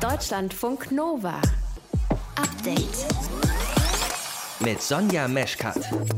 Deutschlandfunk Nova. Update. Mit Sonja Meschkat.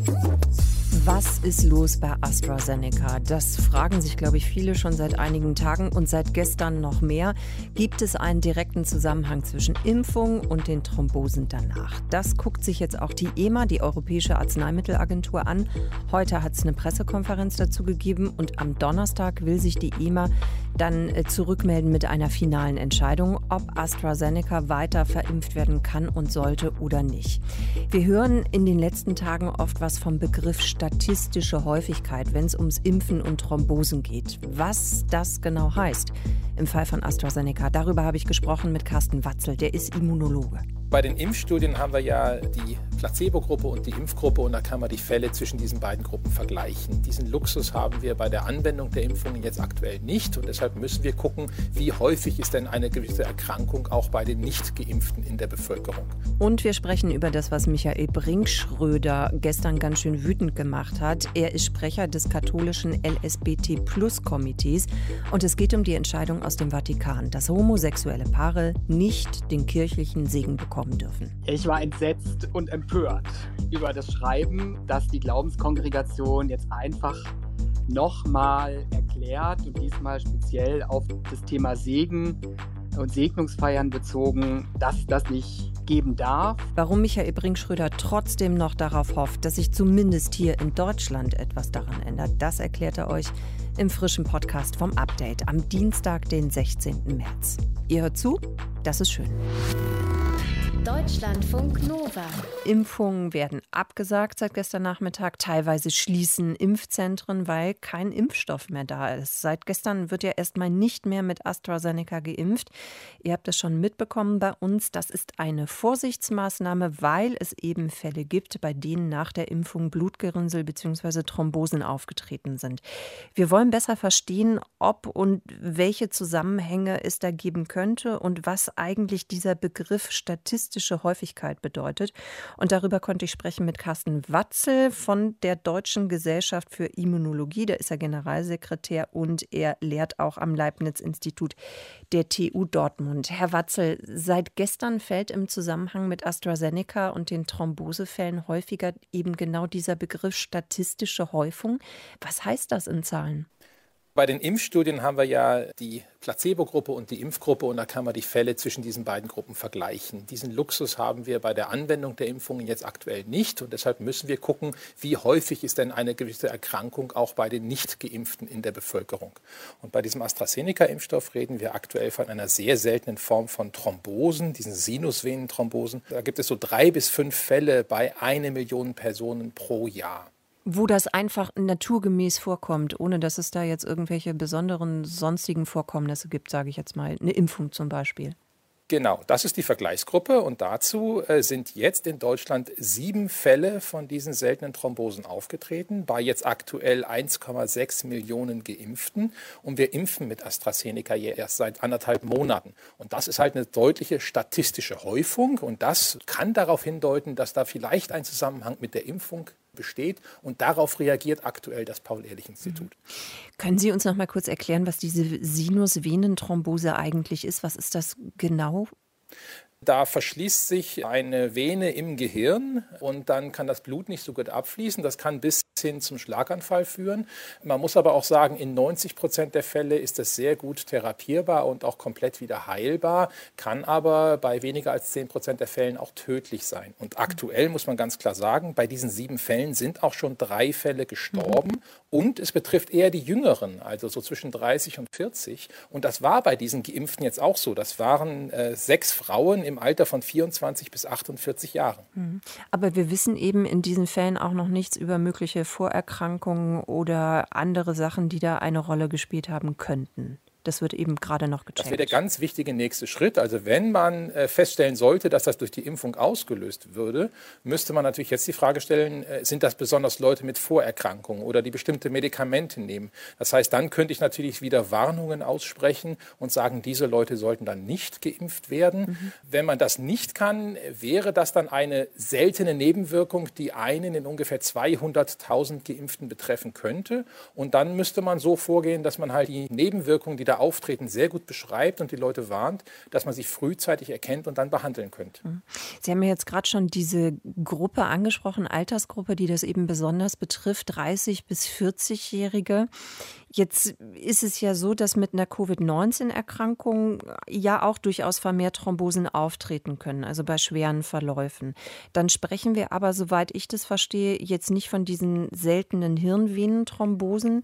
Was ist los bei AstraZeneca? Das fragen sich, glaube ich, viele schon seit einigen Tagen und seit gestern noch mehr. Gibt es einen direkten Zusammenhang zwischen Impfung und den Thrombosen danach? Das guckt sich jetzt auch die EMA, die Europäische Arzneimittelagentur, an. Heute hat es eine Pressekonferenz dazu gegeben und am Donnerstag will sich die EMA dann zurückmelden mit einer finalen Entscheidung, ob AstraZeneca weiter verimpft werden kann und sollte oder nicht. Wir hören in den letzten Tagen oft was vom Begriff statistische Häufigkeit, wenn es ums Impfen und Thrombosen geht. Was das genau heißt im Fall von AstraZeneca, darüber habe ich gesprochen mit Carsten Watzel, der ist Immunologe. Bei den Impfstudien haben wir ja die Placebo-Gruppe und die Impfgruppe und da kann man die Fälle zwischen diesen beiden Gruppen vergleichen. Diesen Luxus haben wir bei der Anwendung der Impfungen jetzt aktuell nicht und deshalb müssen wir gucken, wie häufig ist denn eine gewisse Erkrankung auch bei den Nicht-Geimpften in der Bevölkerung. Und wir sprechen über das, was Michael Brinkschröder gestern ganz schön wütend gemacht hat. Er ist Sprecher des katholischen LSBT-Plus-Komitees und es geht um die Entscheidung aus dem Vatikan, dass homosexuelle Paare nicht den kirchlichen Segen bekommen dürfen. Ich war entsetzt und empört über das Schreiben, dass die Glaubenskongregation jetzt einfach nochmal erklärt und diesmal speziell auf das Thema Segen und Segnungsfeiern bezogen, dass es das nicht geben darf. Warum Michael Brinkschröder trotzdem noch darauf hofft, dass sich zumindest hier in Deutschland etwas daran ändert, das erklärt er euch im frischen Podcast vom Update am Dienstag, den 16. März. Ihr hört zu, das ist schön. Deutschlandfunk Nova. Impfungen werden abgesagt seit gestern Nachmittag. Teilweise schließen Impfzentren, weil kein Impfstoff mehr da ist. Seit gestern wird ja erstmal nicht mehr mit AstraZeneca geimpft. Ihr habt es schon mitbekommen bei uns. Das ist eine Vorsichtsmaßnahme, weil es eben Fälle gibt, bei denen nach der Impfung Blutgerinnsel bzw. Thrombosen aufgetreten sind. Wir wollen besser verstehen, ob und welche Zusammenhänge es da geben könnte und was eigentlich dieser Begriff statistische Häufigkeit bedeutet. Und darüber konnte ich sprechen mit Carsten Watzel von der Deutschen Gesellschaft für Immunologie. Da ist er Generalsekretär und er lehrt auch am Leibniz-Institut der TU Dortmund. Herr Watzel, seit gestern fällt im Zusammenhang mit AstraZeneca und den Thrombosefällen häufiger eben genau dieser Begriff statistische Häufung. Was heißt das in Zahlen? Bei den Impfstudien haben wir ja die Placebo-Gruppe und die Impfgruppe und da kann man die Fälle zwischen diesen beiden Gruppen vergleichen. Diesen Luxus haben wir bei der Anwendung der Impfungen jetzt aktuell nicht und deshalb müssen wir gucken, wie häufig ist denn eine gewisse Erkrankung auch bei den Nicht-Geimpften in der Bevölkerung. Und bei diesem AstraZeneca-Impfstoff reden wir aktuell von einer sehr seltenen Form von Thrombosen, diesen Sinusvenenthrombosen. Da gibt es so 3 bis 5 Fälle bei 1 Million Personen pro Jahr. Wo das einfach naturgemäß vorkommt, ohne dass es da jetzt irgendwelche besonderen sonstigen Vorkommnisse gibt, sage ich jetzt mal, eine Impfung zum Beispiel. Genau, das ist die Vergleichsgruppe und dazu sind jetzt in Deutschland 7 Fälle von diesen seltenen Thrombosen aufgetreten, bei jetzt aktuell 1,6 Millionen Geimpften und wir impfen mit AstraZeneca erst seit 1,5 Monaten. Und das ist halt eine deutliche statistische Häufung und das kann darauf hindeuten, dass da vielleicht ein Zusammenhang mit der Impfung besteht und darauf reagiert aktuell das Paul-Ehrlich-Institut. Können Sie uns noch mal kurz erklären, was diese Sinusvenenthrombose eigentlich ist? Was ist das genau? Da verschließt sich eine Vene im Gehirn und dann kann das Blut nicht so gut abfließen. Das kann bis hin zum Schlaganfall führen. Man muss aber auch sagen, in 90% der Fälle ist das sehr gut therapierbar und auch komplett wieder heilbar, kann aber bei weniger als 10% der Fällen auch tödlich sein. Und aktuell muss man ganz klar sagen, bei diesen 7 Fällen sind auch schon 3 Fälle gestorben und es betrifft eher die Jüngeren, also so zwischen 30 und 40. Und das war bei diesen Geimpften jetzt auch so. Das waren 6 Frauen im Alter von 24 bis 48 Jahren. Aber wir wissen eben in diesen Fällen auch noch nichts über mögliche Vorerkrankungen oder andere Sachen, die da eine Rolle gespielt haben könnten. Das wird eben gerade noch gecheckt. Das wäre der ganz wichtige nächste Schritt. Also wenn man feststellen sollte, dass das durch die Impfung ausgelöst würde, müsste man natürlich jetzt die Frage stellen, sind das besonders Leute mit Vorerkrankungen oder die bestimmte Medikamente nehmen? Das heißt, dann könnte ich natürlich wieder Warnungen aussprechen und sagen, diese Leute sollten dann nicht geimpft werden. Wenn man das nicht kann, wäre das dann eine seltene Nebenwirkung, die einen in ungefähr 200.000 Geimpften betreffen könnte. Und dann müsste man so vorgehen, dass man halt die Nebenwirkungen, die da später auftreten, sehr gut beschreibt und die Leute warnt, dass man sie frühzeitig erkennt und dann behandeln könnte. Sie haben ja jetzt gerade schon diese Gruppe angesprochen, Altersgruppe, die das eben besonders betrifft, 30- bis 40-Jährige. Jetzt ist es ja so, dass mit einer Covid-19-Erkrankung ja auch durchaus vermehrt Thrombosen auftreten können, also bei schweren Verläufen. Dann sprechen wir aber, soweit ich das verstehe, jetzt nicht von diesen seltenen Hirnvenenthrombosen.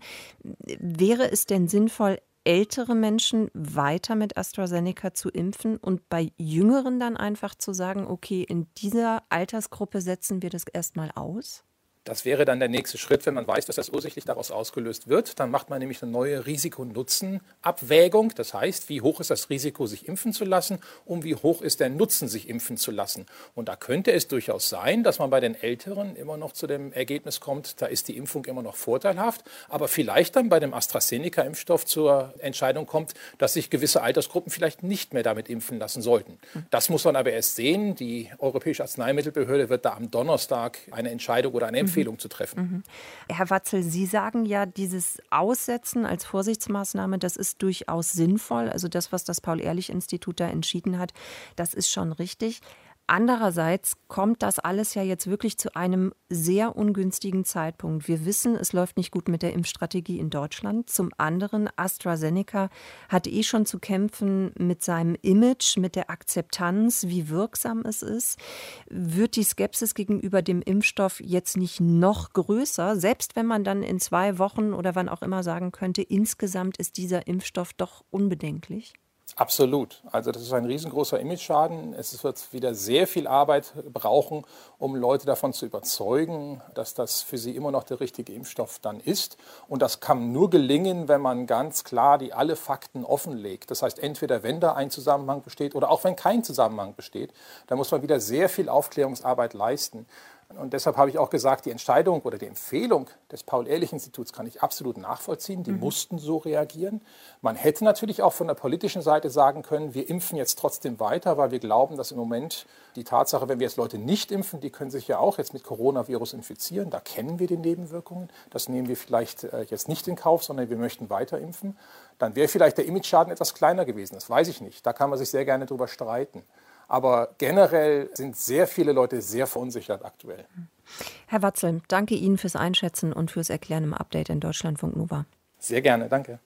Wäre es denn sinnvoll, ältere Menschen weiter mit AstraZeneca zu impfen und bei Jüngeren dann einfach zu sagen, okay, in dieser Altersgruppe setzen wir das erstmal aus? Das wäre dann der nächste Schritt, wenn man weiß, dass das ursächlich daraus ausgelöst wird. Dann macht man nämlich eine neue Risiko-Nutzen-Abwägung. Das heißt, wie hoch ist das Risiko, sich impfen zu lassen und wie hoch ist der Nutzen, sich impfen zu lassen. Und da könnte es durchaus sein, dass man bei den Älteren immer noch zu dem Ergebnis kommt, da ist die Impfung immer noch vorteilhaft, aber vielleicht dann bei dem AstraZeneca-Impfstoff zur Entscheidung kommt, dass sich gewisse Altersgruppen vielleicht nicht mehr damit impfen lassen sollten. Das muss man aber erst sehen. Die Europäische Arzneimittelbehörde wird da am Donnerstag eine Entscheidung oder eine Empfehlung zu treffen. Herr Watzel, Sie sagen ja, dieses Aussetzen als Vorsichtsmaßnahme, das ist durchaus sinnvoll. Also das, was das Paul-Ehrlich-Institut da entschieden hat, das ist schon richtig. Andererseits kommt das alles ja jetzt wirklich zu einem sehr ungünstigen Zeitpunkt. Wir wissen, es läuft nicht gut mit der Impfstrategie in Deutschland. Zum anderen, AstraZeneca hat schon zu kämpfen mit seinem Image, mit der Akzeptanz, wie wirksam es ist. Wird die Skepsis gegenüber dem Impfstoff jetzt nicht noch größer, selbst wenn man dann in 2 Wochen oder wann auch immer sagen könnte, insgesamt ist dieser Impfstoff doch unbedenklich? Absolut. Also das ist ein riesengroßer Image-Schaden. Es wird wieder sehr viel Arbeit brauchen, um Leute davon zu überzeugen, dass das für sie immer noch der richtige Impfstoff dann ist. Und das kann nur gelingen, wenn man ganz klar alle Fakten offenlegt. Das heißt, entweder wenn da ein Zusammenhang besteht oder auch wenn kein Zusammenhang besteht, da muss man wieder sehr viel Aufklärungsarbeit leisten. Und deshalb habe ich auch gesagt, die Entscheidung oder die Empfehlung des Paul-Ehrlich-Instituts kann ich absolut nachvollziehen. Die mussten so reagieren. Man hätte natürlich auch von der politischen Seite sagen können, wir impfen jetzt trotzdem weiter, weil wir glauben, dass im Moment die Tatsache, wenn wir jetzt Leute nicht impfen, die können sich ja auch jetzt mit Coronavirus infizieren. Da kennen wir die Nebenwirkungen. Das nehmen wir vielleicht jetzt nicht in Kauf, sondern wir möchten weiter impfen. Dann wäre vielleicht der Image-Schaden etwas kleiner gewesen. Das weiß ich nicht. Da kann man sich sehr gerne drüber streiten. Aber generell sind sehr viele Leute sehr verunsichert aktuell. Herr Watzel, danke Ihnen fürs Einschätzen und fürs Erklären im Update in Deutschlandfunk Nova. Sehr gerne, danke.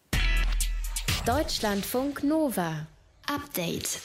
Deutschlandfunk Nova. Update.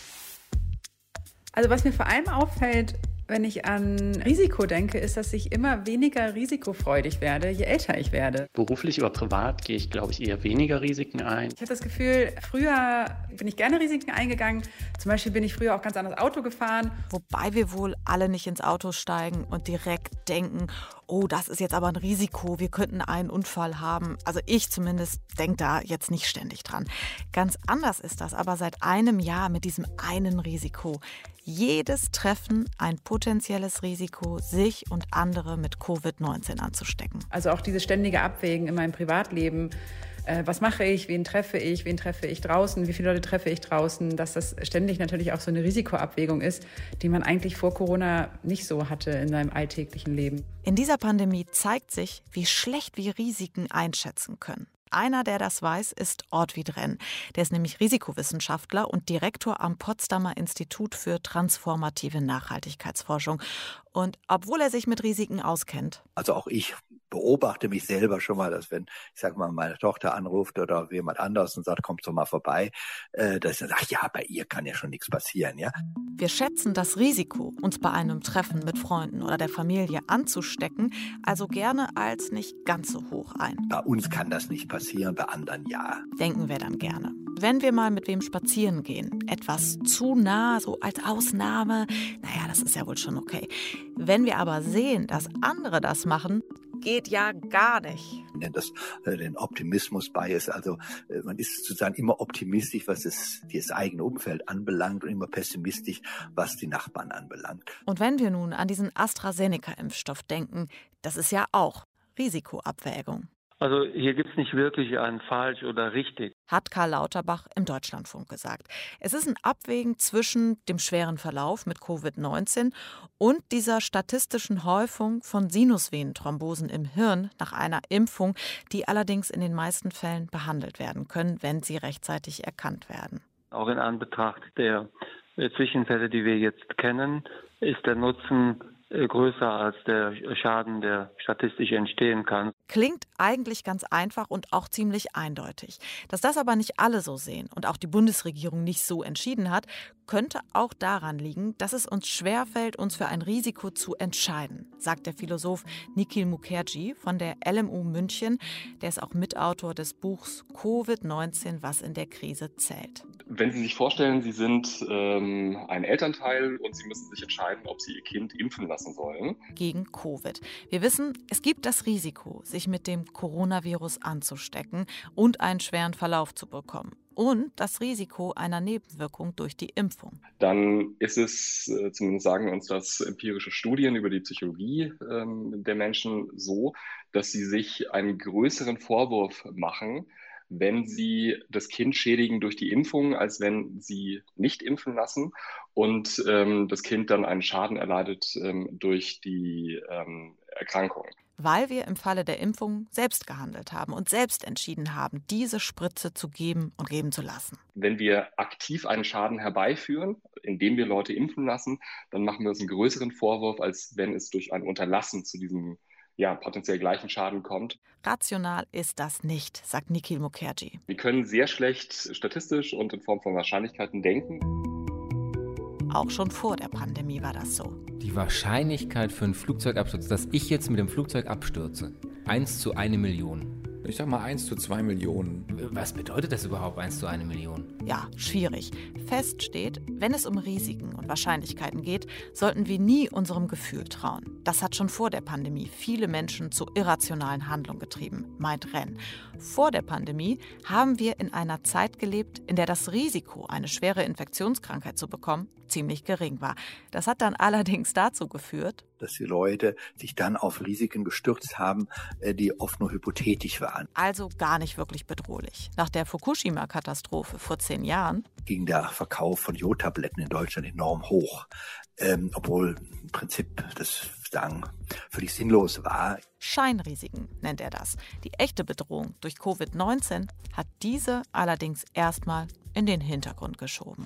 Also was mir vor allem auffällt, wenn ich an Risiko denke, ist, dass ich immer weniger risikofreudig werde, je älter ich werde. Beruflich oder privat gehe ich, glaube ich, eher weniger Risiken ein. Ich habe das Gefühl, früher bin ich gerne Risiken eingegangen. Zum Beispiel bin ich früher auch ganz anders Auto gefahren. Wobei wir wohl alle nicht ins Auto steigen und direkt denken, oh, das ist jetzt aber ein Risiko, wir könnten einen Unfall haben. Also ich zumindest denke da jetzt nicht ständig dran. Ganz anders ist das aber seit einem Jahr mit diesem einen Risiko. Jedes Treffen ein potenzielles Risiko, sich und andere mit Covid-19 anzustecken. Also auch dieses ständige Abwägen in meinem Privatleben. Was mache ich, wen treffe ich draußen, wie viele Leute treffe ich draußen, dass das ständig natürlich auch so eine Risikoabwägung ist, die man eigentlich vor Corona nicht so hatte in seinem alltäglichen Leben. In dieser Pandemie zeigt sich, wie schlecht wir Risiken einschätzen können. Einer, der das weiß, ist Ortwin Renn. Der ist nämlich Risikowissenschaftler und Direktor am Potsdamer Institut für transformative Nachhaltigkeitsforschung. Und obwohl er sich mit Risiken auskennt. Also auch ich beobachte mich selber schon mal, dass wenn, ich sag mal, meine Tochter anruft oder jemand anderes und sagt, kommst du mal vorbei, dass ich sage, ach ja, bei ihr kann ja schon nichts passieren, ja. Wir schätzen das Risiko, uns bei einem Treffen mit Freunden oder der Familie anzustecken, also gerne als nicht ganz so hoch ein. Bei uns kann das nicht passieren, bei anderen ja. Denken wir dann gerne. Wenn wir mal mit wem spazieren gehen, etwas zu nah, so als Ausnahme, naja, das ist ja wohl schon okay. Wenn wir aber sehen, dass andere das machen, geht ja gar nicht. Ich nenne das den Optimismus-Bias. Also man ist sozusagen immer optimistisch, was das eigene Umfeld anbelangt und immer pessimistisch, was die Nachbarn anbelangt. Und wenn wir nun an diesen AstraZeneca-Impfstoff denken, das ist ja auch Risikoabwägung. Also hier gibt es nicht wirklich ein falsch oder richtig. hat Karl Lauterbach im Deutschlandfunk gesagt. Es ist ein Abwägen zwischen dem schweren Verlauf mit Covid-19 und dieser statistischen Häufung von Sinusvenenthrombosen im Hirn nach einer Impfung, die allerdings in den meisten Fällen behandelt werden können, wenn sie rechtzeitig erkannt werden. Auch in Anbetracht der Zwischenfälle, die wir jetzt kennen, ist der Nutzen größer als der Schaden, der statistisch entstehen kann. Klingt eigentlich ganz einfach und auch ziemlich eindeutig. Dass das aber nicht alle so sehen und auch die Bundesregierung nicht so entschieden hat, könnte auch daran liegen, dass es uns schwerfällt, uns für ein Risiko zu entscheiden, sagt der Philosoph Nikhil Mukherjee von der LMU München. Der ist auch Mitautor des Buchs Covid-19, was in der Krise zählt. Wenn Sie sich vorstellen, Sie sind ein Elternteil und Sie müssen sich entscheiden, ob Sie Ihr Kind impfen lassen sollen. Gegen Covid. Wir wissen, es gibt das Risiko, sich mit dem Coronavirus anzustecken und einen schweren Verlauf zu bekommen. Und das Risiko einer Nebenwirkung durch die Impfung. Dann ist es, zumindest sagen uns das empirische Studien über die Psychologie der Menschen so, dass sie sich einen größeren Vorwurf machen, wenn sie das Kind schädigen durch die Impfung, als wenn sie nicht impfen lassen und das Kind dann einen Schaden erleidet durch die Erkrankung. Weil wir im Falle der Impfung selbst gehandelt haben und selbst entschieden haben, diese Spritze zu geben und geben zu lassen. Wenn wir aktiv einen Schaden herbeiführen, indem wir Leute impfen lassen, dann machen wir uns einen größeren Vorwurf, als wenn es durch ein Unterlassen zu diesem potenziell gleichen Schaden kommt. Rational ist das nicht, sagt Nikhil Mukherjee. Wir können sehr schlecht statistisch und in Form von Wahrscheinlichkeiten denken. Auch schon vor der Pandemie war das so. Die Wahrscheinlichkeit für einen Flugzeugabsturz, dass ich jetzt mit dem Flugzeug abstürze, 1 zu 1 Million. Ich sag mal 1 zu 2 Millionen. Was bedeutet das überhaupt, 1 zu 1 Million? Ja, schwierig. Fest steht, wenn es um Risiken und Wahrscheinlichkeiten geht, sollten wir nie unserem Gefühl trauen. Das hat schon vor der Pandemie viele Menschen zu irrationalen Handlungen getrieben, meint Renn. Vor der Pandemie haben wir in einer Zeit gelebt, in der das Risiko, eine schwere Infektionskrankheit zu bekommen, ziemlich gering war. Das hat dann allerdings dazu geführt, dass die Leute sich dann auf Risiken gestürzt haben, die oft nur hypothetisch waren. Also gar nicht wirklich bedrohlich. Nach der Fukushima-Katastrophe vor 10 Jahren ging der Verkauf von Jodtabletten in Deutschland enorm hoch, obwohl im Prinzip das Sagen völlig sinnlos war. Scheinrisiken nennt er das. Die echte Bedrohung durch Covid-19 hat diese allerdings erstmal in den Hintergrund geschoben.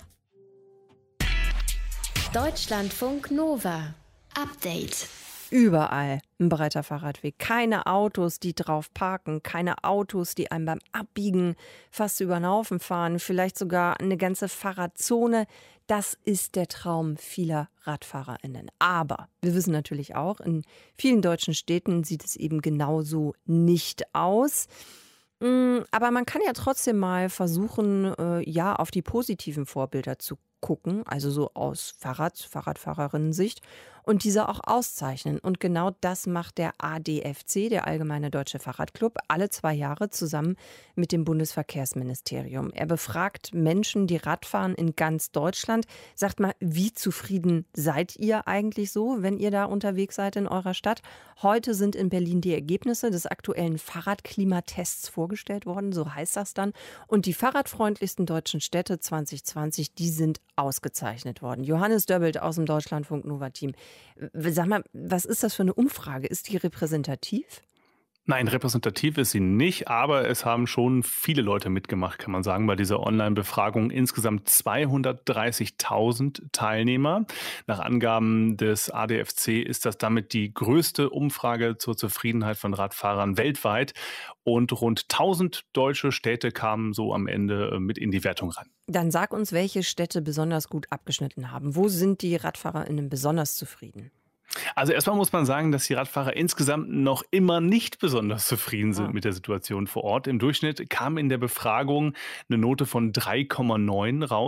Deutschlandfunk Nova. Update. Überall ein breiter Fahrradweg. Keine Autos, die drauf parken. Keine Autos, die einem beim Abbiegen fast über den Haufen fahren. Vielleicht sogar eine ganze Fahrradzone. Das ist der Traum vieler RadfahrerInnen. Aber wir wissen natürlich auch, in vielen deutschen Städten sieht es eben genauso nicht aus. Aber man kann ja trotzdem mal versuchen, auf die positiven Vorbilder zu gucken, also so aus Fahrradfahrerinnen-Sicht und diese auch auszeichnen. Und genau das macht der ADFC, der Allgemeine Deutsche Fahrradclub, alle 2 Jahre zusammen mit dem Bundesverkehrsministerium. Er befragt Menschen, die Radfahren in ganz Deutschland. Sagt mal, wie zufrieden seid ihr eigentlich so, wenn ihr da unterwegs seid in eurer Stadt? Heute sind in Berlin die Ergebnisse des aktuellen Fahrradklimatests vorgestellt worden, so heißt das dann. Und die fahrradfreundlichsten deutschen Städte 2020, die sind ausgezeichnet worden. Johannes Döbbelt aus dem Deutschlandfunk Nova-Team. Sag mal, was ist das für eine Umfrage? Ist die repräsentativ? Nein, repräsentativ ist sie nicht, aber es haben schon viele Leute mitgemacht, kann man sagen, bei dieser Online-Befragung. Insgesamt 230.000 Teilnehmer. Nach Angaben des ADFC ist das damit die größte Umfrage zur Zufriedenheit von Radfahrern weltweit. Und rund 1000 deutsche Städte kamen so am Ende mit in die Wertung ran. Dann sag uns, welche Städte besonders gut abgeschnitten haben. Wo sind die RadfahrerInnen besonders zufrieden? Also erstmal muss man sagen, dass die Radfahrer insgesamt noch immer nicht besonders zufrieden sind mit der Situation vor Ort. Im Durchschnitt kam in der Befragung eine Note von 3,9 raus.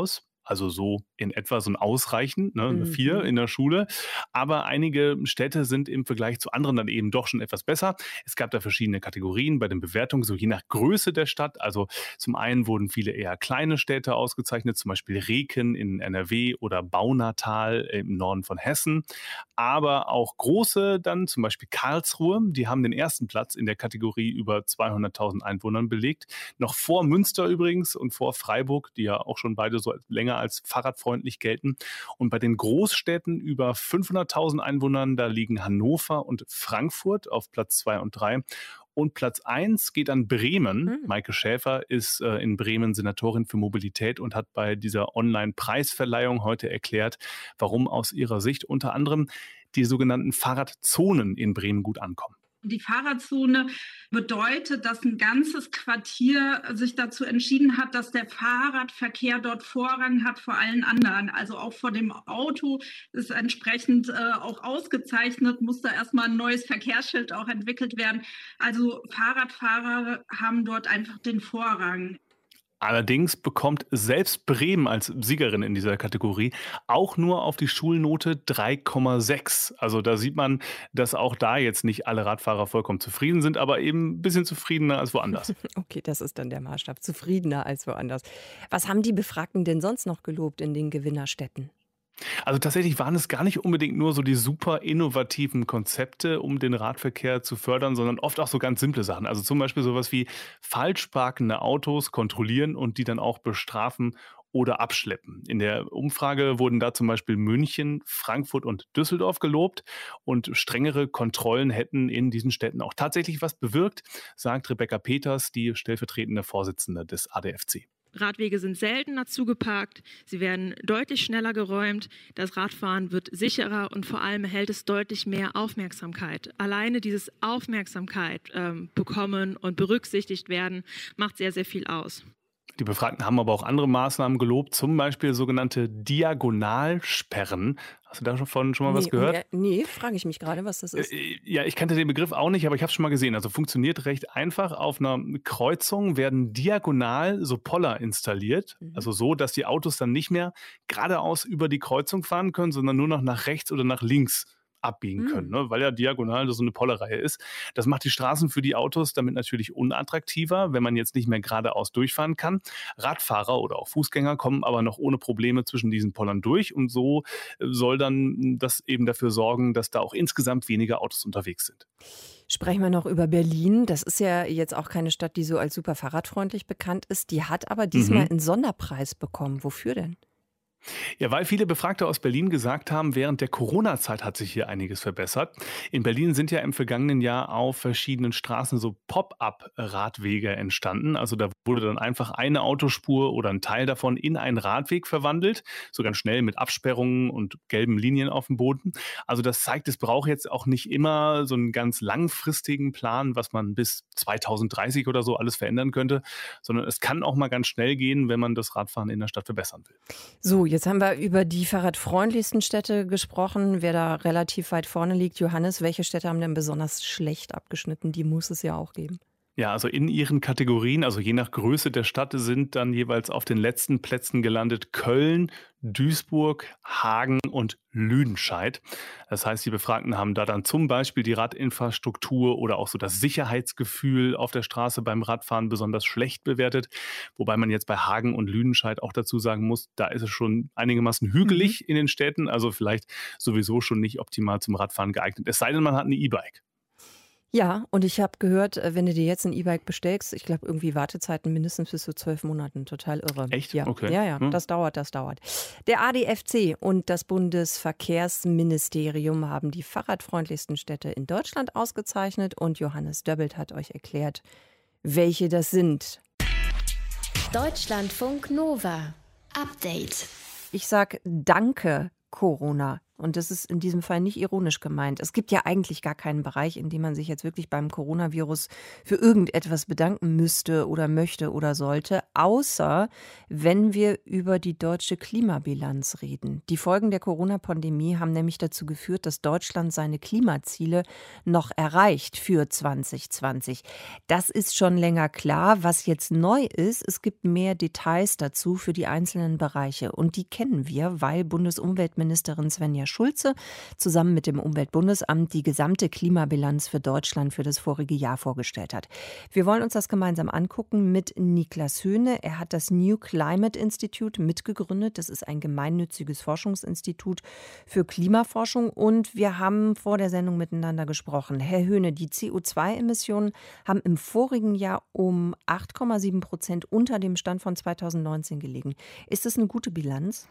also so in etwa so ein Ausreichend, ne, eine 4 in der Schule. Aber einige Städte sind im Vergleich zu anderen dann eben doch schon etwas besser. Es gab da verschiedene Kategorien bei den Bewertungen, so je nach Größe der Stadt. Also zum einen wurden viele eher kleine Städte ausgezeichnet, zum Beispiel Reken in NRW oder Baunatal im Norden von Hessen. Aber auch große dann, zum Beispiel Karlsruhe, die haben den ersten Platz in der Kategorie über 200.000 Einwohnern belegt. Noch vor Münster übrigens und vor Freiburg, die ja auch schon beide so länger als fahrradfreundlich gelten. Und bei den Großstädten über 500.000 Einwohnern, da liegen Hannover und Frankfurt auf Platz 2 und 3. Und Platz 1 geht an Bremen. Maike Schäfer ist in Bremen Senatorin für Mobilität und hat bei dieser Online-Preisverleihung heute erklärt, warum aus ihrer Sicht unter anderem die sogenannten Fahrradzonen in Bremen gut ankommen. Die Fahrradzone bedeutet, dass ein ganzes Quartier sich dazu entschieden hat, dass der Fahrradverkehr dort Vorrang hat vor allen anderen. Also auch vor dem Auto ist entsprechend auch ausgezeichnet, muss da erstmal ein neues Verkehrsschild auch entwickelt werden. Also Fahrradfahrer haben dort einfach den Vorrang. Allerdings bekommt selbst Bremen als Siegerin in dieser Kategorie auch nur auf die Schulnote 3,6. Also da sieht man, dass auch da jetzt nicht alle Radfahrer vollkommen zufrieden sind, aber eben ein bisschen zufriedener als woanders. Okay, das ist dann der Maßstab. Zufriedener als woanders. Was haben die Befragten denn sonst noch gelobt in den Gewinnerstädten? Also tatsächlich waren es gar nicht unbedingt nur so die super innovativen Konzepte, um den Radverkehr zu fördern, sondern oft auch so ganz simple Sachen. Also zum Beispiel sowas wie falsch parkende Autos kontrollieren und die dann auch bestrafen oder abschleppen. In der Umfrage wurden da zum Beispiel München, Frankfurt und Düsseldorf gelobt und strengere Kontrollen hätten in diesen Städten auch tatsächlich was bewirkt, sagt Rebecca Peters, die stellvertretende Vorsitzende des ADFC. Radwege sind seltener zugeparkt, sie werden deutlich schneller geräumt, das Radfahren wird sicherer und vor allem erhält es deutlich mehr Aufmerksamkeit. Alleine dieses Aufmerksamkeit bekommen und berücksichtigt werden, macht sehr, sehr viel aus. Die Befragten haben aber auch andere Maßnahmen gelobt, zum Beispiel sogenannte Diagonalsperren. Hast du davon schon mal was gehört? Nee, frage ich mich gerade, was das ist. Ja, ich kannte den Begriff auch nicht, aber ich habe es schon mal gesehen. Also funktioniert recht einfach. Auf einer Kreuzung werden diagonal so Poller installiert. Also so, dass die Autos dann nicht mehr geradeaus über die Kreuzung fahren können, sondern nur noch nach rechts oder nach links abbiegen können, ne? Weil ja diagonal so eine Pollerreihe ist. Das macht die Straßen für die Autos damit natürlich unattraktiver, wenn man jetzt nicht mehr geradeaus durchfahren kann. Radfahrer oder auch Fußgänger kommen aber noch ohne Probleme zwischen diesen Pollern durch und so soll dann das eben dafür sorgen, dass da auch insgesamt weniger Autos unterwegs sind. Sprechen wir noch über Berlin. Das ist ja jetzt auch keine Stadt, die so als super fahrradfreundlich bekannt ist. Die hat aber diesmal einen Sonderpreis bekommen. Wofür denn? Ja, weil viele Befragte aus Berlin gesagt haben, während der Corona-Zeit hat sich hier einiges verbessert. In Berlin sind ja im vergangenen Jahr auf verschiedenen Straßen so Pop-up-Radwege entstanden. Also da wurde dann einfach eine Autospur oder ein Teil davon in einen Radweg verwandelt, so ganz schnell mit Absperrungen und gelben Linien auf dem Boden. Also das zeigt, es braucht jetzt auch nicht immer so einen ganz langfristigen Plan, was man bis 2030 oder so alles verändern könnte, sondern es kann auch mal ganz schnell gehen, wenn man das Radfahren in der Stadt verbessern will. So, jetzt haben wir über die fahrradfreundlichsten Städte gesprochen, wer da relativ weit vorne liegt. Johannes, welche Städte haben denn besonders schlecht abgeschnitten? Die muss es ja auch geben. Ja, also in ihren Kategorien, also je nach Größe der Stadt, sind dann jeweils auf den letzten Plätzen gelandet Köln, Duisburg, Hagen und Lüdenscheid. Das heißt, die Befragten haben da dann zum Beispiel die Radinfrastruktur oder auch so das Sicherheitsgefühl auf der Straße beim Radfahren besonders schlecht bewertet. Wobei man jetzt bei Hagen und Lüdenscheid auch dazu sagen muss, da ist es schon einigermaßen hügelig in den Städten, also vielleicht sowieso schon nicht optimal zum Radfahren geeignet. Es sei denn, man hat ein E-Bike. Ja, und ich habe gehört, wenn du dir jetzt ein E-Bike bestellst, ich glaube irgendwie Wartezeiten mindestens bis zu 12 Monaten. Total irre. Echt? Ja. Okay. Ja, das dauert. Der ADFC und das Bundesverkehrsministerium haben die fahrradfreundlichsten Städte in Deutschland ausgezeichnet und Johannes Döbbelt hat euch erklärt, welche das sind. Deutschlandfunk Nova. Update. Ich sag danke, Corona. Und das ist in diesem Fall nicht ironisch gemeint. Es gibt ja eigentlich gar keinen Bereich, in dem man sich jetzt wirklich beim Coronavirus für irgendetwas bedanken müsste oder möchte oder sollte, außer wenn wir über die deutsche Klimabilanz reden. Die Folgen der Corona-Pandemie haben nämlich dazu geführt, dass Deutschland seine Klimaziele noch erreicht für 2020. Das ist schon länger klar. Was jetzt neu ist, es gibt mehr Details dazu für die einzelnen Bereiche. Und die kennen wir, weil Bundesumweltministerin Svenja Schulze zusammen mit dem Umweltbundesamt die gesamte Klimabilanz für Deutschland für das vorige Jahr vorgestellt hat. Wir wollen uns das gemeinsam angucken mit Niklas Höhne. Er hat das New Climate Institute mitgegründet. Das ist ein gemeinnütziges Forschungsinstitut für Klimaforschung. Und wir haben vor der Sendung miteinander gesprochen. Herr Höhne, die CO2-Emissionen haben im vorigen Jahr um 8,7% unter dem Stand von 2019 gelegen. Ist das eine gute Bilanz?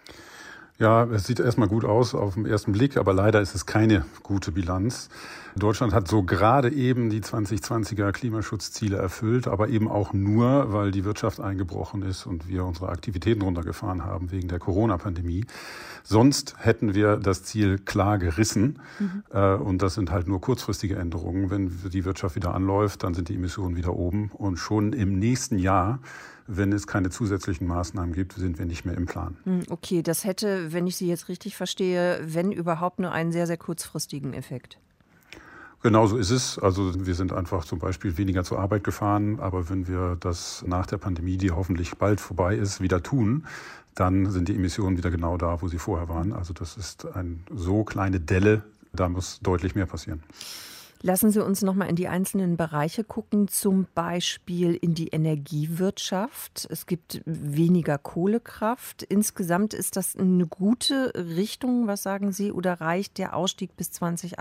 Ja, es sieht erstmal gut aus auf den ersten Blick, aber leider ist es keine gute Bilanz. Deutschland hat so gerade eben die 2020er Klimaschutzziele erfüllt, aber eben auch nur, weil die Wirtschaft eingebrochen ist und wir unsere Aktivitäten runtergefahren haben wegen der Corona-Pandemie. Sonst hätten wir das Ziel klar gerissen. Und das sind halt nur kurzfristige Änderungen. Wenn die Wirtschaft wieder anläuft, dann sind die Emissionen wieder oben. Und schon im nächsten Jahr, wenn es keine zusätzlichen Maßnahmen gibt, sind wir nicht mehr im Plan. Okay, das hätte, wenn ich Sie jetzt richtig verstehe, wenn überhaupt nur einen sehr, sehr kurzfristigen Effekt. Genau so ist es. Also wir sind einfach zum Beispiel weniger zur Arbeit gefahren. Aber wenn wir das nach der Pandemie, die hoffentlich bald vorbei ist, wieder tun, dann sind die Emissionen wieder genau da, wo sie vorher waren. Also das ist eine so kleine Delle, da muss deutlich mehr passieren. Lassen Sie uns noch mal in die einzelnen Bereiche gucken, zum Beispiel in die Energiewirtschaft. Es gibt weniger Kohlekraft. Insgesamt ist das eine gute Richtung, was sagen Sie, oder reicht der Ausstieg bis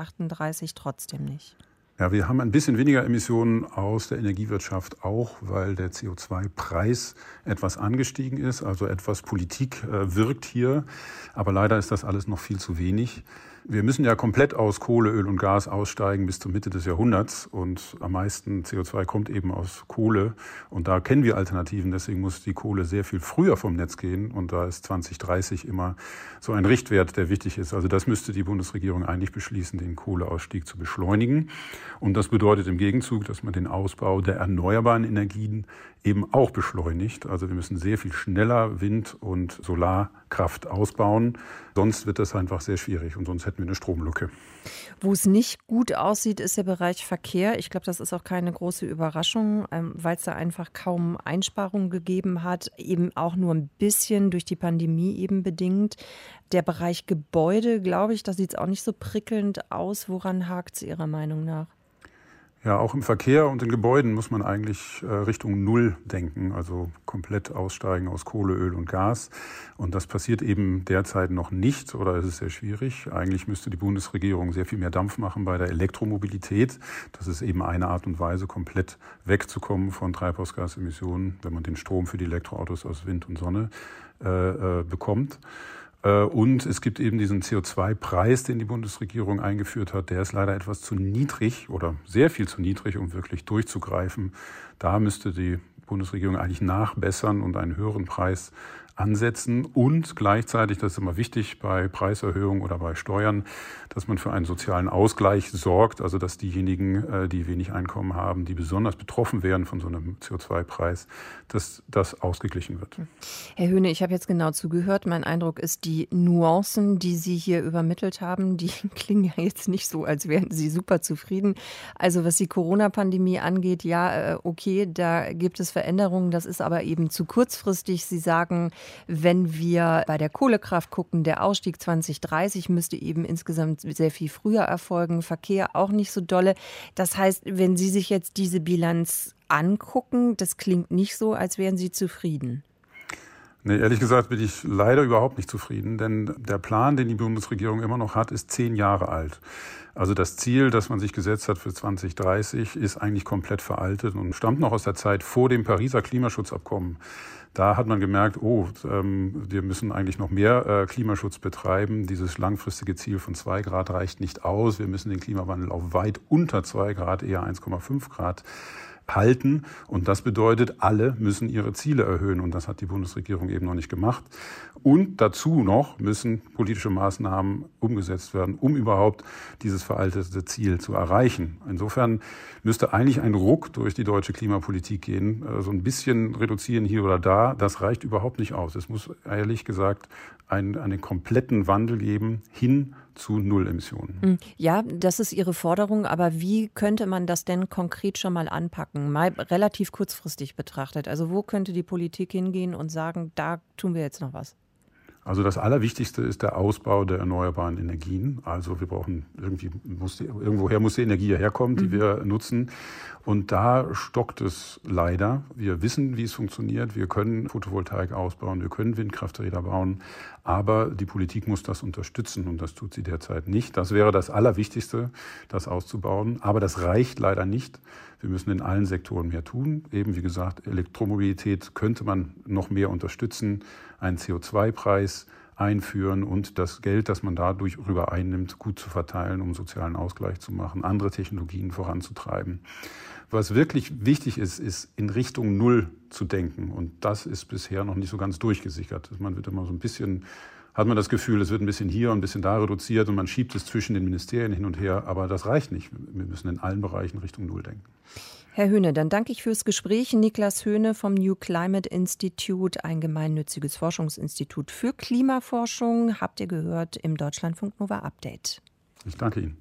2038 trotzdem nicht? Ja, wir haben ein bisschen weniger Emissionen aus der Energiewirtschaft auch, weil der CO2-Preis etwas angestiegen ist. Also etwas Politik wirkt hier. Aber leider ist das alles noch viel zu wenig. Wir müssen ja komplett aus Kohle, Öl und Gas aussteigen bis zur Mitte des Jahrhunderts. Und am meisten CO2 kommt eben aus Kohle. Und da kennen wir Alternativen. Deswegen muss die Kohle sehr viel früher vom Netz gehen. Und da ist 2030 immer so ein Richtwert, der wichtig ist. Also das müsste die Bundesregierung eigentlich beschließen, den Kohleausstieg zu beschleunigen. Und das bedeutet im Gegenzug, dass man den Ausbau der erneuerbaren Energien eben auch beschleunigt. Also wir müssen sehr viel schneller Wind- und Solarkraft ausbauen. Sonst wird das einfach sehr schwierig und sonst hätten wir eine Stromlücke. Wo es nicht gut aussieht, ist der Bereich Verkehr. Ich glaube, das ist auch keine große Überraschung, weil es da einfach kaum Einsparungen gegeben hat. Eben auch nur ein bisschen durch die Pandemie eben bedingt. Der Bereich Gebäude, glaube ich, da sieht es auch nicht so prickelnd aus. Woran hakt es Ihrer Meinung nach? Ja, auch im Verkehr und in Gebäuden muss man eigentlich Richtung Null denken, also komplett aussteigen aus Kohle, Öl und Gas. Und das passiert eben derzeit noch nicht oder es ist sehr schwierig. Eigentlich müsste die Bundesregierung sehr viel mehr Dampf machen bei der Elektromobilität. Das ist eben eine Art und Weise, komplett wegzukommen von Treibhausgasemissionen, wenn man den Strom für die Elektroautos aus Wind und Sonne bekommt. Und es gibt eben diesen CO2-Preis, den die Bundesregierung eingeführt hat. Der ist leider etwas zu niedrig oder sehr viel zu niedrig, um wirklich durchzugreifen. Da müsste die Bundesregierung eigentlich nachbessern und einen höheren Preis ansetzen und gleichzeitig, das ist immer wichtig bei Preiserhöhungen oder bei Steuern, dass man für einen sozialen Ausgleich sorgt, also dass diejenigen, die wenig Einkommen haben, die besonders betroffen wären von so einem CO2-Preis, dass das ausgeglichen wird. Herr Höhne, ich habe jetzt genau zugehört. Mein Eindruck ist, die Nuancen, die Sie hier übermittelt haben, die klingen ja jetzt nicht so, als wären Sie super zufrieden. Also was die Corona-Pandemie angeht, ja, okay, da gibt es Veränderungen, das ist aber eben zu kurzfristig. Sie sagen, wenn wir bei der Kohlekraft gucken, der Ausstieg 2030 müsste eben insgesamt sehr viel früher erfolgen, Verkehr auch nicht so dolle. Das heißt, wenn Sie sich jetzt diese Bilanz angucken, das klingt nicht so, als wären Sie zufrieden. Nee, ehrlich gesagt bin ich leider überhaupt nicht zufrieden, denn der Plan, den die Bundesregierung immer noch hat, ist 10 Jahre alt. Also das Ziel, das man sich gesetzt hat für 2030, ist eigentlich komplett veraltet und stammt noch aus der Zeit vor dem Pariser Klimaschutzabkommen. Da hat man gemerkt, wir müssen eigentlich noch mehr Klimaschutz betreiben. Dieses langfristige Ziel von 2 Grad reicht nicht aus. Wir müssen den Klimawandel auf weit unter 2 Grad, eher 1,5 Grad halten. Und das bedeutet, alle müssen ihre Ziele erhöhen. Und das hat die Bundesregierung eben noch nicht gemacht. Und dazu noch müssen politische Maßnahmen umgesetzt werden, um überhaupt dieses veraltete Ziel zu erreichen. Insofern müsste eigentlich ein Ruck durch die deutsche Klimapolitik gehen. So ein bisschen reduzieren hier oder da, das reicht überhaupt nicht aus. Es muss ehrlich gesagt einen kompletten Wandel geben hin zu Nullemissionen. Ja, das ist Ihre Forderung, aber wie könnte man das denn konkret schon mal anpacken? Mal relativ kurzfristig betrachtet. Also wo könnte die Politik hingehen und sagen, da tun wir jetzt noch was? Also das Allerwichtigste ist der Ausbau der erneuerbaren Energien. Also wir brauchen irgendwoher muss die Energie herkommen, die wir nutzen. Und da stockt es leider. Wir wissen, wie es funktioniert. Wir können Photovoltaik ausbauen, wir können Windkrafträder bauen. Aber die Politik muss das unterstützen und das tut sie derzeit nicht. Das wäre das Allerwichtigste, das auszubauen. Aber das reicht leider nicht. Wir müssen in allen Sektoren mehr tun. Eben wie gesagt, Elektromobilität könnte man noch mehr unterstützen, einen CO2-Preis einführen und das Geld, das man dadurch rüber einnimmt, gut zu verteilen, um sozialen Ausgleich zu machen, andere Technologien voranzutreiben. Was wirklich wichtig ist, ist in Richtung Null zu denken. Und das ist bisher noch nicht so ganz durchgesickert. Man wird immer so ein bisschen, hat man das Gefühl, es wird ein bisschen hier und ein bisschen da reduziert und man schiebt es zwischen den Ministerien hin und her. Aber das reicht nicht. Wir müssen in allen Bereichen Richtung Null denken. Herr Höhne, dann danke ich fürs Gespräch. Niklas Höhne vom New Climate Institute, ein gemeinnütziges Forschungsinstitut für Klimaforschung. Habt ihr gehört im Deutschlandfunk Nova Update. Ich danke Ihnen.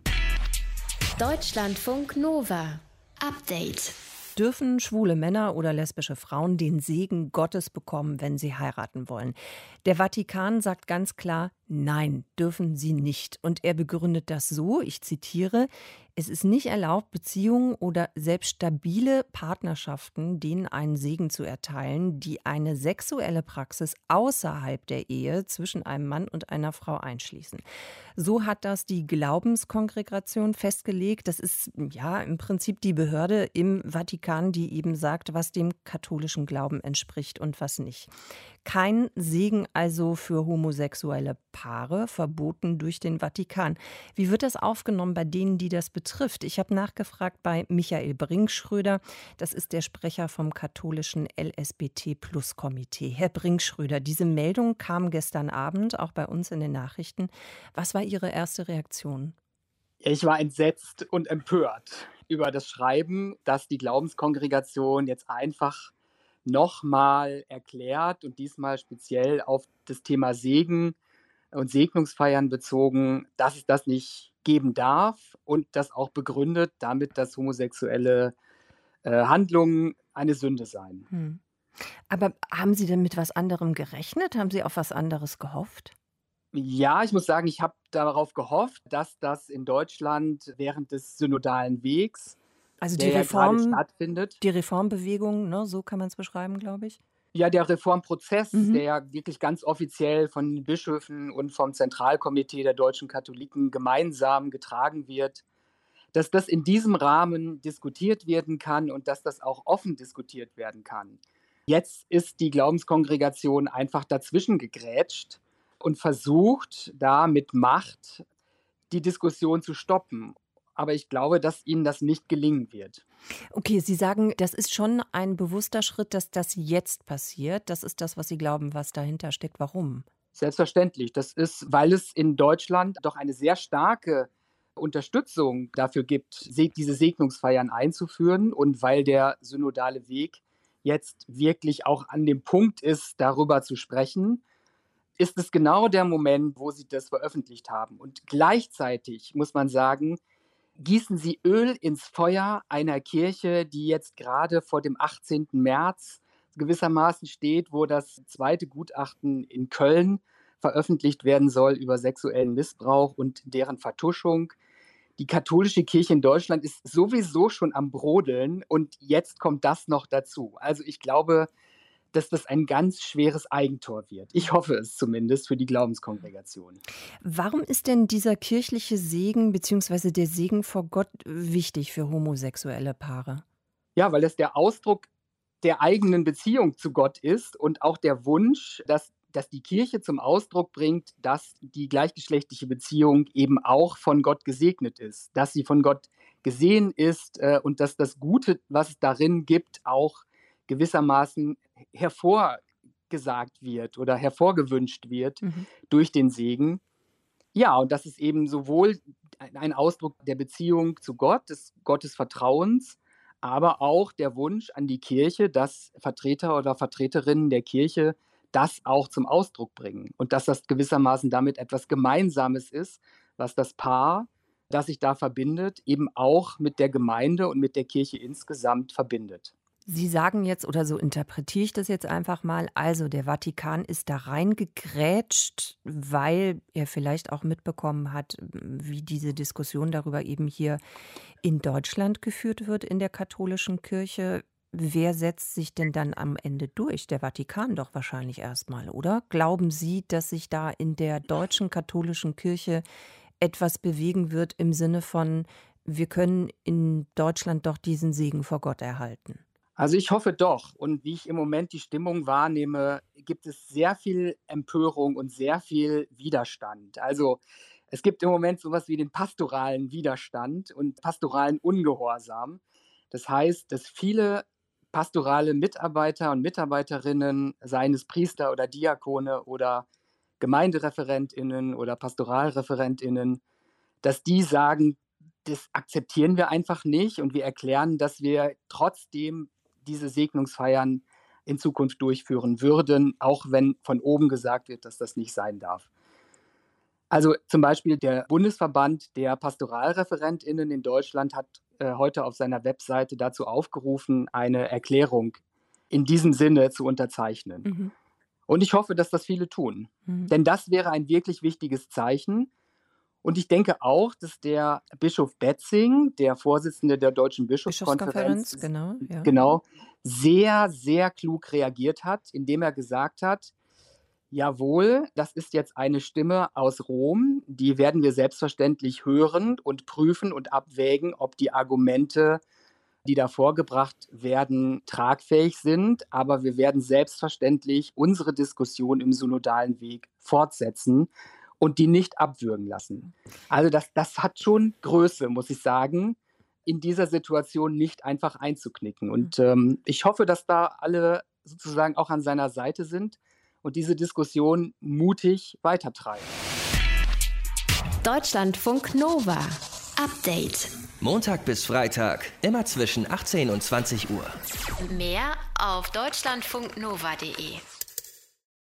Deutschlandfunk Nova Update. Dürfen schwule Männer oder lesbische Frauen den Segen Gottes bekommen, wenn sie heiraten wollen? Der Vatikan sagt ganz klar, nein, dürfen sie nicht. Und er begründet das so, ich zitiere, es ist nicht erlaubt, Beziehungen oder selbst stabile Partnerschaften denen einen Segen zu erteilen, die eine sexuelle Praxis außerhalb der Ehe zwischen einem Mann und einer Frau einschließen. So hat das die Glaubenskongregation festgelegt. Das ist ja im Prinzip die Behörde im Vatikan, die eben sagt, was dem katholischen Glauben entspricht und was nicht. Kein Segen also für homosexuelle Paare, verboten durch den Vatikan. Wie wird das aufgenommen bei denen, die das betrifft? Ich habe nachgefragt bei Michael Brinkschröder. Das ist der Sprecher vom katholischen LSBT-Plus-Komitee. Herr Brinkschröder, diese Meldung kam gestern Abend, auch bei uns in den Nachrichten. Was war Ihre erste Reaktion? Ich war entsetzt und empört über das Schreiben, dass die Glaubenskongregation jetzt einfach nochmal erklärt und diesmal speziell auf das Thema Segen und Segnungsfeiern bezogen, dass es das nicht geben darf und das auch begründet damit, dass homosexuelle Handlungen eine Sünde seien. Aber haben Sie denn mit was anderem gerechnet? Haben Sie auf was anderes gehofft? Ja, ich muss sagen, ich habe darauf gehofft, dass das in Deutschland während des synodalen Wegs, also der ja gerade stattfindet. Die Reformbewegung, ne, so kann man es beschreiben, glaube ich. Ja, der Reformprozess, der ja wirklich ganz offiziell von den Bischöfen und vom Zentralkomitee der deutschen Katholiken gemeinsam getragen wird, dass das in diesem Rahmen diskutiert werden kann und dass das auch offen diskutiert werden kann. Jetzt ist die Glaubenskongregation einfach dazwischen gegrätscht und versucht, da mit Macht die Diskussion zu stoppen. Aber ich glaube, dass ihnen das nicht gelingen wird. Okay, Sie sagen, das ist schon ein bewusster Schritt, dass das jetzt passiert. Das ist das, was Sie glauben, was dahinter steckt. Warum? Selbstverständlich. Das ist, weil es in Deutschland doch eine sehr starke Unterstützung dafür gibt, diese Segnungsfeiern einzuführen und weil der synodale Weg jetzt wirklich auch an dem Punkt ist, darüber zu sprechen, ist es genau der Moment, wo sie das veröffentlicht haben. Und gleichzeitig muss man sagen, gießen sie Öl ins Feuer einer Kirche, die jetzt gerade vor dem 18. März gewissermaßen steht, wo das zweite Gutachten in Köln veröffentlicht werden soll über sexuellen Missbrauch und deren Vertuschung. Die katholische Kirche in Deutschland ist sowieso schon am Brodeln und jetzt kommt das noch dazu. Also ich glaube, dass das ein ganz schweres Eigentor wird. Ich hoffe es zumindest für die Glaubenskongregation. Warum ist denn dieser kirchliche Segen bzw. der Segen vor Gott wichtig für homosexuelle Paare? Ja, weil es der Ausdruck der eigenen Beziehung zu Gott ist und auch der Wunsch, dass dass die Kirche zum Ausdruck bringt, dass die gleichgeschlechtliche Beziehung eben auch von Gott gesegnet ist, dass sie von Gott gesehen ist und dass das Gute, was es darin gibt, auch gewissermaßen hervorgesagt wird oder hervorgewünscht wird durch den Segen. Ja, und das ist eben sowohl ein Ausdruck der Beziehung zu Gott, des Gottes Vertrauens, aber auch der Wunsch an die Kirche, dass Vertreter oder Vertreterinnen der Kirche das auch zum Ausdruck bringen und dass das gewissermaßen damit etwas Gemeinsames ist, was das Paar, das sich da verbindet, eben auch mit der Gemeinde und mit der Kirche insgesamt verbindet. Sie sagen jetzt, oder so interpretiere ich das jetzt einfach mal, also der Vatikan ist da reingegrätscht, weil er vielleicht auch mitbekommen hat, wie diese Diskussion darüber eben hier in Deutschland geführt wird in der katholischen Kirche. Wer setzt sich denn dann am Ende durch? Der Vatikan doch wahrscheinlich erstmal, oder? Glauben Sie, dass sich da in der deutschen katholischen Kirche etwas bewegen wird im Sinne von, wir können in Deutschland doch diesen Segen vor Gott erhalten? Also ich hoffe doch. Und wie ich im Moment die Stimmung wahrnehme, gibt es sehr viel Empörung und sehr viel Widerstand. Also es gibt im Moment sowas wie den pastoralen Widerstand und pastoralen Ungehorsam. Das heißt, dass viele pastorale Mitarbeiter und Mitarbeiterinnen, seien es Priester oder Diakone oder GemeindereferentInnen oder PastoralreferentInnen, dass die sagen, das akzeptieren wir einfach nicht und wir erklären, dass wir trotzdem diese Segnungsfeiern in Zukunft durchführen würden, auch wenn von oben gesagt wird, dass das nicht sein darf. Also zum Beispiel der Bundesverband der PastoralreferentInnen in Deutschland hat heute auf seiner Webseite dazu aufgerufen, eine Erklärung in diesem Sinne zu unterzeichnen. Und ich hoffe, dass das viele tun. Denn das wäre ein wirklich wichtiges Zeichen. Und ich denke auch, dass der Bischof Betzing, der Vorsitzende der Deutschen Bischofskonferenz, genau, sehr, sehr klug reagiert hat, indem er gesagt hat, jawohl, das ist jetzt eine Stimme aus Rom, die werden wir selbstverständlich hören und prüfen und abwägen, ob die Argumente, die da vorgebracht werden, tragfähig sind. Aber wir werden selbstverständlich unsere Diskussion im synodalen Weg fortsetzen und die nicht abwürgen lassen. Also das hat schon Größe, muss ich sagen, in dieser Situation nicht einfach einzuknicken. Und ich hoffe, dass da alle sozusagen auch an seiner Seite sind und diese Diskussion mutig weitertreiben. Deutschlandfunk Nova. Update. Montag bis Freitag, immer zwischen 18 und 20 Uhr. Mehr auf deutschlandfunknova.de.